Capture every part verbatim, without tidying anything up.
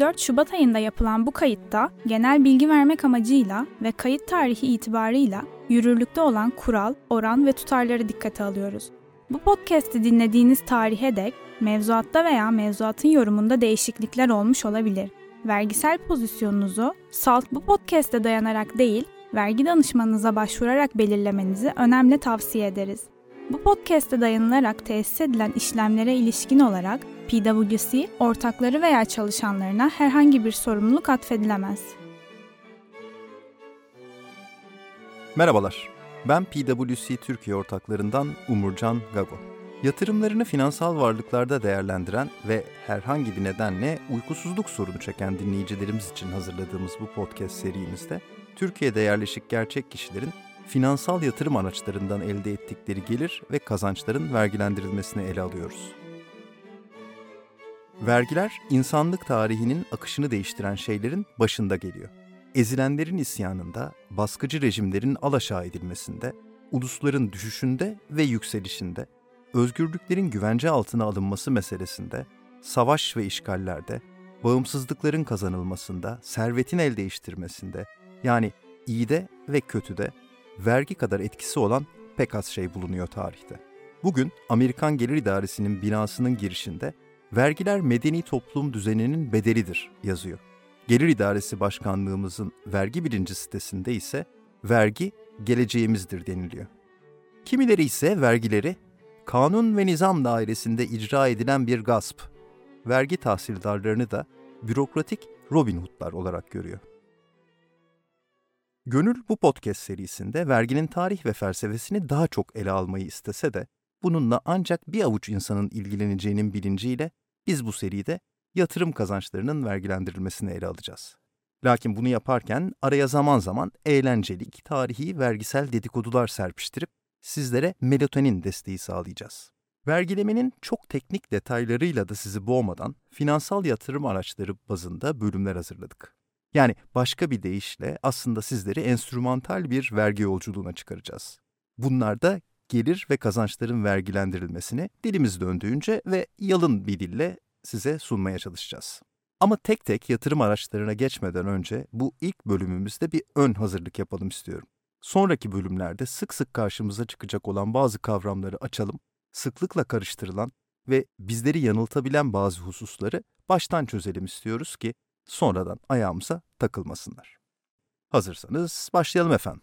dört Şubat ayında yapılan bu kayıtta genel bilgi vermek amacıyla ve kayıt tarihi itibarıyla yürürlükte olan kural, oran ve tutarları dikkate alıyoruz. Bu podcast'i dinlediğiniz tarihe dek mevzuatta veya mevzuatın yorumunda değişiklikler olmuş olabilir. Vergisel pozisyonunuzu salt bu podcast'e dayanarak değil, vergi danışmanınıza başvurarak belirlemenizi önemli tavsiye ederiz. Bu podcast'e dayanılarak tesis edilen işlemlere ilişkin olarak P W C, ortakları veya çalışanlarına herhangi bir sorumluluk atfedilemez. Merhabalar, ben P W C Türkiye ortaklarından Umurcan Gago. Yatırımlarını finansal varlıklarda değerlendiren ve herhangi bir nedenle uykusuzluk sorunu çeken dinleyicilerimiz için hazırladığımız bu podcast serimizde, Türkiye'de yerleşik gerçek kişilerin finansal yatırım araçlarından elde ettikleri gelir ve kazançların vergilendirilmesini ele alıyoruz. Vergiler, insanlık tarihinin akışını değiştiren şeylerin başında geliyor. Ezilenlerin isyanında, baskıcı rejimlerin alaşağı edilmesinde, ulusların düşüşünde ve yükselişinde, özgürlüklerin güvence altına alınması meselesinde, savaş ve işgallerde, bağımsızlıkların kazanılmasında, servetin el değiştirmesinde, yani iyide ve kötüde, vergi kadar etkisi olan pek az şey bulunuyor tarihte. Bugün Amerikan Gelir İdaresi'nin binasının girişinde vergiler medeni toplum düzeninin bedelidir yazıyor. Gelir İdaresi Başkanlığımızın vergi bilinci sitesinde ise vergi geleceğimizdir deniliyor. Kimileri ise vergileri kanun ve nizam dairesinde icra edilen bir gasp, vergi tahsildarlarını da bürokratik Robin Hood'lar olarak görüyor. Gönül bu podcast serisinde verginin tarih ve felsefesini daha çok ele almayı istese de bununla ancak bir avuç insanın ilgileneceğinin bilinciyle biz bu seride yatırım kazançlarının vergilendirilmesini ele alacağız. Lakin bunu yaparken araya zaman zaman eğlencelik, tarihi, vergisel dedikodular serpiştirip sizlere melatonin desteği sağlayacağız. Vergilemenin çok teknik detaylarıyla da sizi boğmadan finansal yatırım araçları bazında bölümler hazırladık. Yani başka bir deyişle aslında sizleri enstrümantal bir vergi yolculuğuna çıkaracağız. Bunlar da gelir ve kazançların vergilendirilmesini dilimiz döndüğünce ve yalın bir dille size sunmaya çalışacağız. Ama tek tek yatırım araçlarına geçmeden önce bu ilk bölümümüzde bir ön hazırlık yapalım istiyorum. Sonraki bölümlerde sık sık karşımıza çıkacak olan bazı kavramları açalım, sıklıkla karıştırılan ve bizleri yanıltabilen bazı hususları baştan çözelim istiyoruz ki sonradan ayağımıza takılmasınlar. Hazırsanız başlayalım efendim.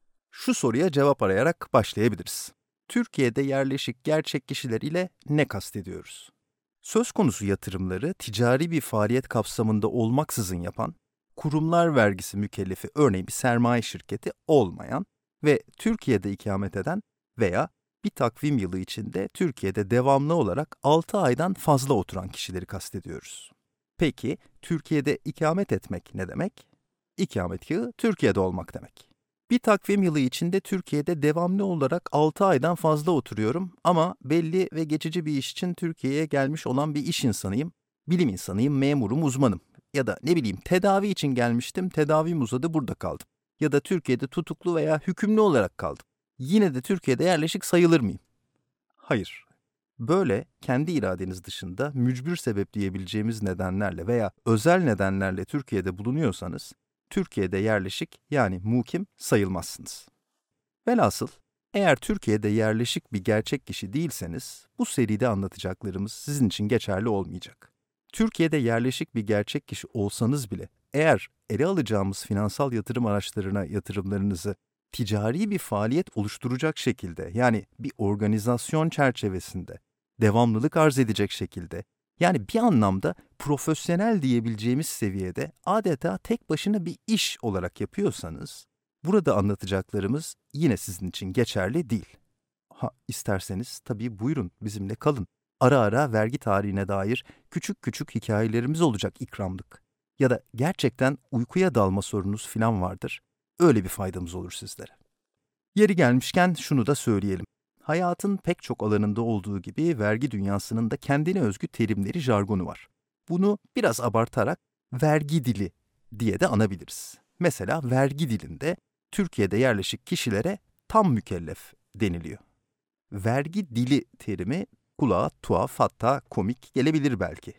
Şu soruya cevap arayarak başlayabiliriz. Türkiye'de yerleşik gerçek kişiler ile ne kastediyoruz? Söz konusu yatırımları ticari bir faaliyet kapsamında olmaksızın yapan, kurumlar vergisi mükellefi örneğin bir sermaye şirketi olmayan ve Türkiye'de ikamet eden veya bir takvim yılı içinde Türkiye'de devamlı olarak altı aydan fazla oturan kişileri kastediyoruz. Peki, Türkiye'de ikamet etmek ne demek? İkametgahı Türkiye'de olmak demek. Bir takvim yılı içinde Türkiye'de devamlı olarak altı aydan fazla oturuyorum ama belli ve geçici bir iş için Türkiye'ye gelmiş olan bir iş insanıyım, bilim insanıyım, memurum, uzmanım. Ya da ne bileyim tedavi için gelmiştim, tedavim uzadı burada kaldım. Ya da Türkiye'de tutuklu veya hükümlü olarak kaldım. Yine de Türkiye'de yerleşik sayılır mıyım? Hayır. Böyle kendi iradeniz dışında mücbir sebep diyebileceğimiz nedenlerle veya özel nedenlerle Türkiye'de bulunuyorsanız, Türkiye'de yerleşik yani mukim sayılmazsınız. Velhasıl, eğer Türkiye'de yerleşik bir gerçek kişi değilseniz, bu seride anlatacaklarımız sizin için geçerli olmayacak. Türkiye'de yerleşik bir gerçek kişi olsanız bile, eğer ele alacağımız finansal yatırım araçlarına yatırımlarınızı ticari bir faaliyet oluşturacak şekilde, yani bir organizasyon çerçevesinde, devamlılık arz edecek şekilde, yani bir anlamda profesyonel diyebileceğimiz seviyede adeta tek başına bir iş olarak yapıyorsanız, burada anlatacaklarımız yine sizin için geçerli değil. Ha, isterseniz tabii buyurun bizimle kalın. Ara ara vergi tarihine dair küçük küçük hikayelerimiz olacak ikramlık. Ya da gerçekten uykuya dalma sorunuz falan vardır. Öyle bir faydamız olur sizlere. Yeri gelmişken şunu da söyleyelim. Hayatın pek çok alanında olduğu gibi vergi dünyasının da kendine özgü terimleri, jargonu var. Bunu biraz abartarak vergi dili diye de anabiliriz. Mesela vergi dilinde Türkiye'de yerleşik kişilere tam mükellef deniliyor. Vergi dili terimi kulağa tuhaf hatta komik gelebilir belki.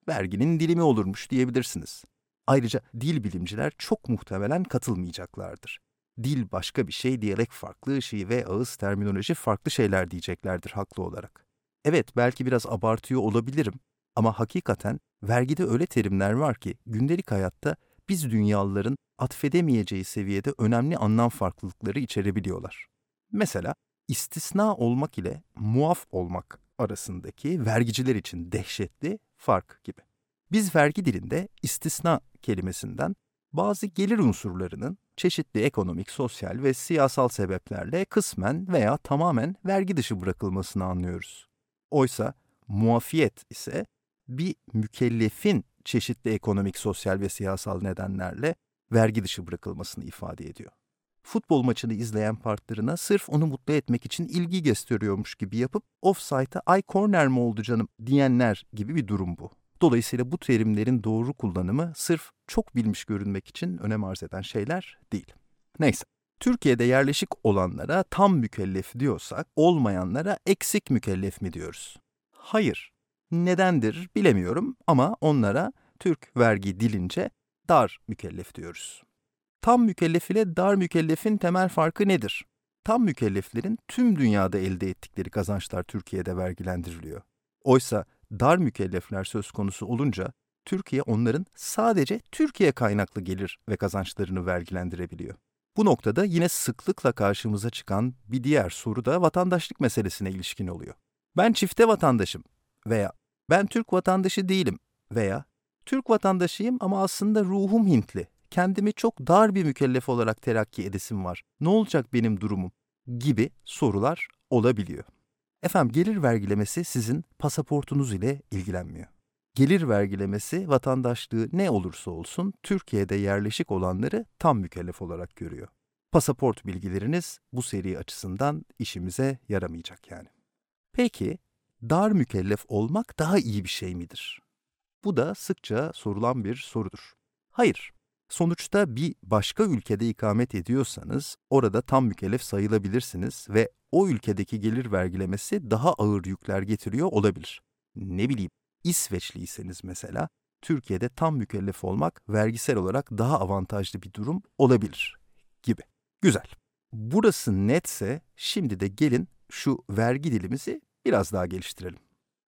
verginin dilimi olurmuş diyebilirsiniz. Ayrıca dil bilimciler çok muhtemelen katılmayacaklardır. Dil başka bir şey, diyalekt farklı, şive, ağız, terminoloji farklı şeyler diyeceklerdir haklı olarak. Evet, belki biraz abartıyor olabilirim ama hakikaten vergide öyle terimler var ki gündelik hayatta biz dünyalıların atfedemeyeceği seviyede önemli anlam farklılıkları içerebiliyorlar. Mesela istisna olmak ile muaf olmak arasındaki vergiciler için dehşetli fark gibi. Biz vergi dilinde istisna kelimesinden bazı gelir unsurlarının çeşitli ekonomik, sosyal ve siyasal sebeplerle kısmen veya tamamen vergi dışı bırakılmasını anlıyoruz. Oysa muafiyet ise bir mükellefin çeşitli ekonomik, sosyal ve siyasal nedenlerle vergi dışı bırakılmasını ifade ediyor. Futbol maçını izleyen partnerine sırf onu mutlu etmek için ilgi gösteriyormuş gibi yapıp offside'a "ay korner mi oldu canım" diyenler gibi bir durum bu. Dolayısıyla bu terimlerin doğru kullanımı sırf çok bilmiş görünmek için önem arz eden şeyler değil. Neyse, Türkiye'de yerleşik olanlara tam mükellef diyorsak olmayanlara eksik mükellef mi diyoruz? Hayır. Nedendir bilemiyorum ama onlara Türk vergi dilince dar mükellef diyoruz. Tam mükellef ile dar mükellefin temel farkı nedir? Tam mükelleflerin tüm dünyada elde ettikleri kazançlar Türkiye'de vergilendiriliyor. Oysa dar mükellefler söz konusu olunca Türkiye onların sadece Türkiye kaynaklı gelir ve kazançlarını vergilendirebiliyor. Bu noktada yine sıklıkla karşımıza çıkan bir diğer soru da vatandaşlık meselesine ilişkin oluyor. Ben çifte vatandaşım veya ben Türk vatandaşı değilim veya Türk vatandaşıyım ama aslında ruhum Hintli. Kendimi çok dar bir mükellef olarak telakki edesim var. Ne olacak benim durumum? Gibi sorular olabiliyor. Efendim, gelir vergilemesi sizin pasaportunuz ile ilgilenmiyor. Gelir vergilemesi vatandaşlığı ne olursa olsun Türkiye'de yerleşik olanları tam mükellef olarak görüyor. Pasaport bilgileriniz bu seri açısından işimize yaramayacak yani. Peki, dar mükellef olmak daha iyi bir şey midir? Bu da sıkça sorulan bir sorudur. Hayır. Sonuçta bir başka ülkede ikamet ediyorsanız orada tam mükellef sayılabilirsiniz ve o ülkedeki gelir vergilemesi daha ağır yükler getiriyor olabilir. Ne bileyim, İsveçliyseniz mesela Türkiye'de tam mükellef olmak vergisel olarak daha avantajlı bir durum olabilir gibi. Güzel. Burası netse şimdi de gelin şu vergi dilimizi biraz daha geliştirelim.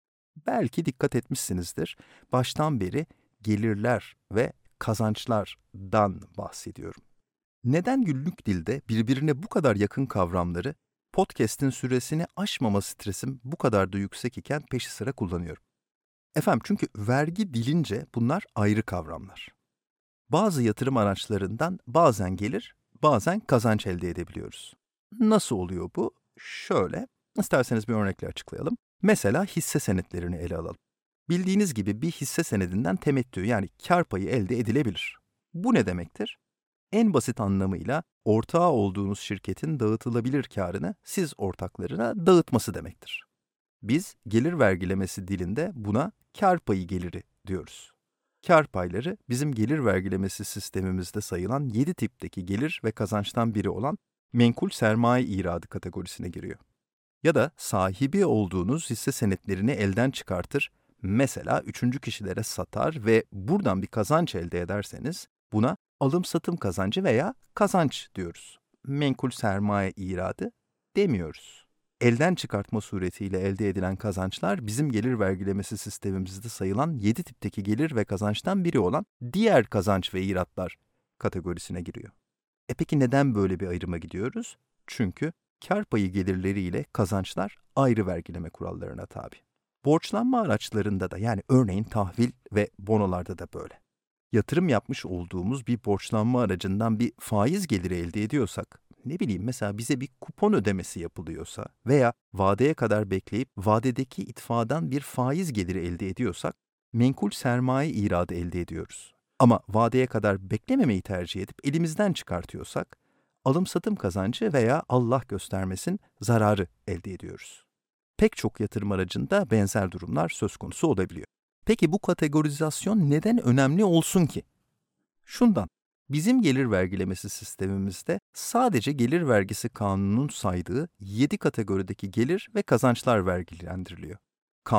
Belki dikkat etmişsinizdir. Baştan beri gelirler ve kazançlardan bahsediyorum. Neden günlük dilde birbirine bu kadar yakın kavramları podcast'in süresini aşmama stresim bu kadar da yüksek iken peşi sıra kullanıyorum? Efendim, çünkü vergi dilince bunlar ayrı kavramlar. Bazı yatırım araçlarından bazen gelir, bazen kazanç elde edebiliyoruz. Nasıl oluyor bu? Şöyle, isterseniz bir örnekle açıklayalım. Mesela hisse senetlerini ele alalım. Bildiğiniz gibi bir hisse senedinden temettü yani kar payı elde edilebilir. Bu ne demektir? En basit anlamıyla ortağı olduğunuz şirketin dağıtılabilir karını siz ortaklarına dağıtması demektir. Biz gelir vergilemesi dilinde buna kar payı geliri diyoruz. Kar payları bizim gelir vergilemesi sistemimizde sayılan yedi tipteki gelir ve kazançtan biri olan menkul sermaye iradı kategorisine giriyor. Ya da sahibi olduğunuz hisse senetlerini elden çıkartır, mesela üçüncü kişilere satar ve buradan bir kazanç elde ederseniz buna alım-satım kazancı veya kazanç diyoruz. Menkul sermaye iradı demiyoruz. Elden çıkartma suretiyle elde edilen kazançlar bizim gelir vergilemesi sistemimizde sayılan yedi tipteki gelir ve kazançtan biri olan diğer kazanç ve iratlar kategorisine giriyor. E peki neden böyle bir ayrıma gidiyoruz? Çünkü kar payı gelirleriyle kazançlar ayrı vergileme kurallarına tabi. Borçlanma araçlarında da, yani örneğin tahvil ve bonolarda da böyle. Yatırım yapmış olduğumuz bir borçlanma aracından bir faiz geliri elde ediyorsak, ne bileyim mesela bize bir kupon ödemesi yapılıyorsa veya vadeye kadar bekleyip vadedeki itfaadan bir faiz geliri elde ediyorsak, menkul sermaye iradı elde ediyoruz. Ama vadeye kadar beklememeyi tercih edip elimizden çıkartıyorsak, alım-satım kazancı veya Allah göstermesin zararı elde ediyoruz. Pek çok yatırım aracında benzer durumlar söz konusu olabiliyor. Peki bu kategorizasyon neden önemli olsun ki? Şundan, bizim gelir vergilemesi sistemimizde sadece gelir vergisi kanunun saydığı yedi kategorideki gelir ve kazançlar vergilendiriliyor. Kanun,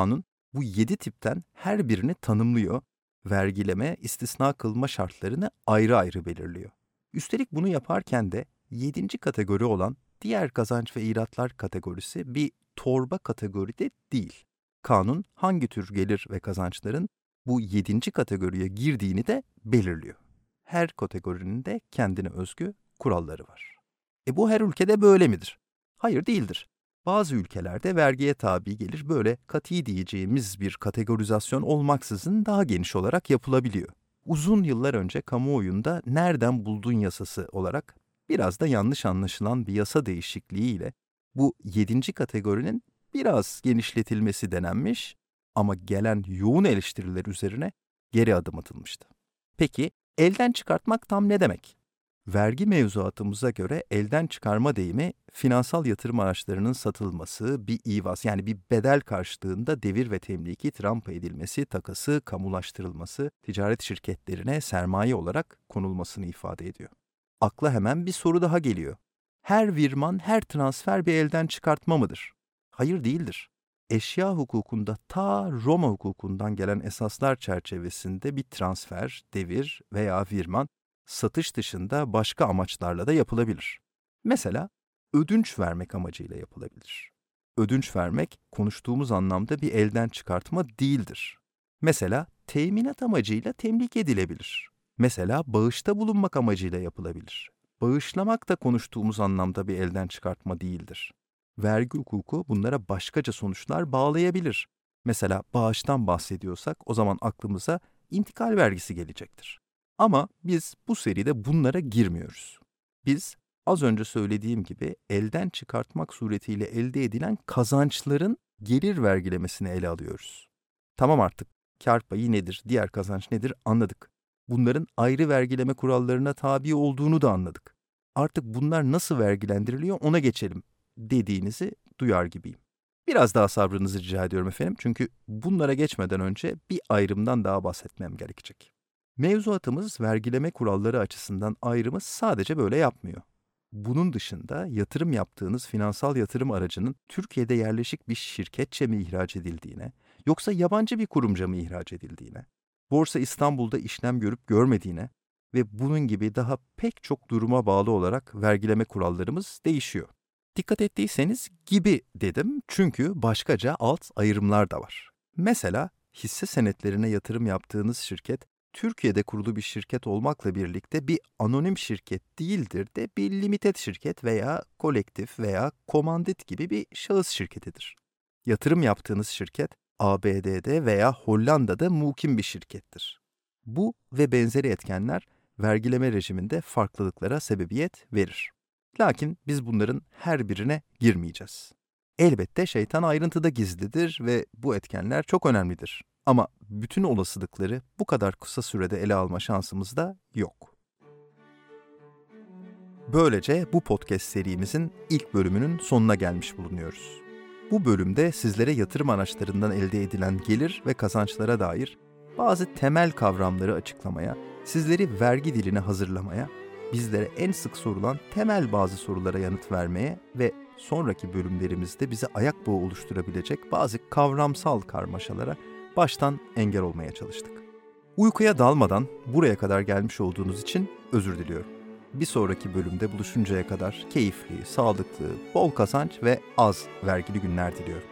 Bu yedi tipten her birini tanımlıyor, vergileme, istisna kılma şartlarını ayrı ayrı belirliyor. Üstelik bunu yaparken de yedinci kategori olan diğer kazanç ve iratlar kategorisi bir torba kategoride değil. Kanun hangi tür gelir ve kazançların bu yedinci kategoriye girdiğini de belirliyor. Her kategorinin de kendine özgü kuralları var. E bu her ülkede böyle midir? Hayır, değildir. Bazı ülkelerde vergiye tabi gelir böyle kati diyeceğimiz bir kategorizasyon olmaksızın daha geniş olarak yapılabiliyor. Uzun yıllar önce kamuoyunda nereden buldun yasası olarak biraz da yanlış anlaşılan bir yasa değişikliğiyle bu yedinci kategorinin biraz genişletilmesi denenmiş ama gelen yoğun eleştiriler üzerine geri adım atılmıştı. Peki elden çıkartmak tam ne demek? Vergi mevzuatımıza göre elden çıkarma deyimi finansal yatırım araçlarının satılması, bir ivaz yani bir bedel karşılığında devir ve temliki trampa edilmesi, takası, kamulaştırılması, ticaret şirketlerine sermaye olarak konulmasını ifade ediyor. Akla hemen bir soru daha geliyor. Her virman, her transfer bir elden çıkartma mıdır? Hayır, değildir. Eşya hukukunda ta Roma hukukundan gelen esaslar çerçevesinde bir transfer, devir veya virman satış dışında başka amaçlarla da yapılabilir. Mesela ödünç vermek amacıyla yapılabilir. Ödünç vermek konuştuğumuz anlamda bir elden çıkartma değildir. Mesela teminat amacıyla temlik edilebilir. Mesela bağışta bulunmak amacıyla yapılabilir. Bağışlamak da konuştuğumuz anlamda bir elden çıkartma değildir. Vergi hukuku bunlara başkaca sonuçlar bağlayabilir. Mesela bağıştan bahsediyorsak o zaman aklımıza intikal vergisi gelecektir. Ama biz bu seride bunlara girmiyoruz. Biz az önce söylediğim gibi elden çıkartmak suretiyle elde edilen kazançların gelir vergilemesini ele alıyoruz. Tamam, artık kar payı nedir, diğer kazanç nedir anladık. Bunların ayrı vergileme kurallarına tabi olduğunu da anladık. Artık bunlar nasıl vergilendiriliyor ona geçelim dediğinizi duyar gibiyim. Biraz daha sabrınızı rica ediyorum efendim çünkü bunlara geçmeden önce bir ayrımdan daha bahsetmem gerekecek. Mevzuatımız vergileme kuralları açısından ayrımı sadece böyle yapmıyor. Bunun dışında yatırım yaptığınız finansal yatırım aracının Türkiye'de yerleşik bir şirketçe mi ihraç edildiğine, yoksa yabancı bir kurumca mı ihraç edildiğine, Borsa İstanbul'da işlem görüp görmediğine ve bunun gibi daha pek çok duruma bağlı olarak vergileme kurallarımız değişiyor. Dikkat ettiyseniz gibi dedim çünkü başkaca alt ayrımlar da var. Mesela hisse senetlerine yatırım yaptığınız şirket, Türkiye'de kurulu bir şirket olmakla birlikte bir anonim şirket değildir de bir limited şirket veya kolektif veya komandit gibi bir şahıs şirketidir. Yatırım yaptığınız şirket A B D'de veya Hollanda'da mukim bir şirkettir. Bu ve benzeri etkenler vergileme rejiminde farklılıklara sebebiyet verir. Lakin biz bunların her birine girmeyeceğiz. Elbette şeytan ayrıntıda gizlidir ve bu etkenler çok önemlidir. Ama bütün olasılıkları bu kadar kısa sürede ele alma şansımız da yok. Böylece bu podcast serimizin ilk bölümünün sonuna gelmiş bulunuyoruz. Bu bölümde sizlere yatırım araçlarından elde edilen gelir ve kazançlara dair bazı temel kavramları açıklamaya, sizleri vergi diline hazırlamaya, bizlere en sık sorulan temel bazı sorulara yanıt vermeye ve sonraki bölümlerimizde bize ayak bağı oluşturabilecek bazı kavramsal karmaşalara baştan engel olmaya çalıştık. Uykuya dalmadan buraya kadar gelmiş olduğunuz için özür diliyorum. Bir sonraki bölümde buluşuncaya kadar keyifli, sağlıklı, bol kazanç ve az vergili günler diliyorum.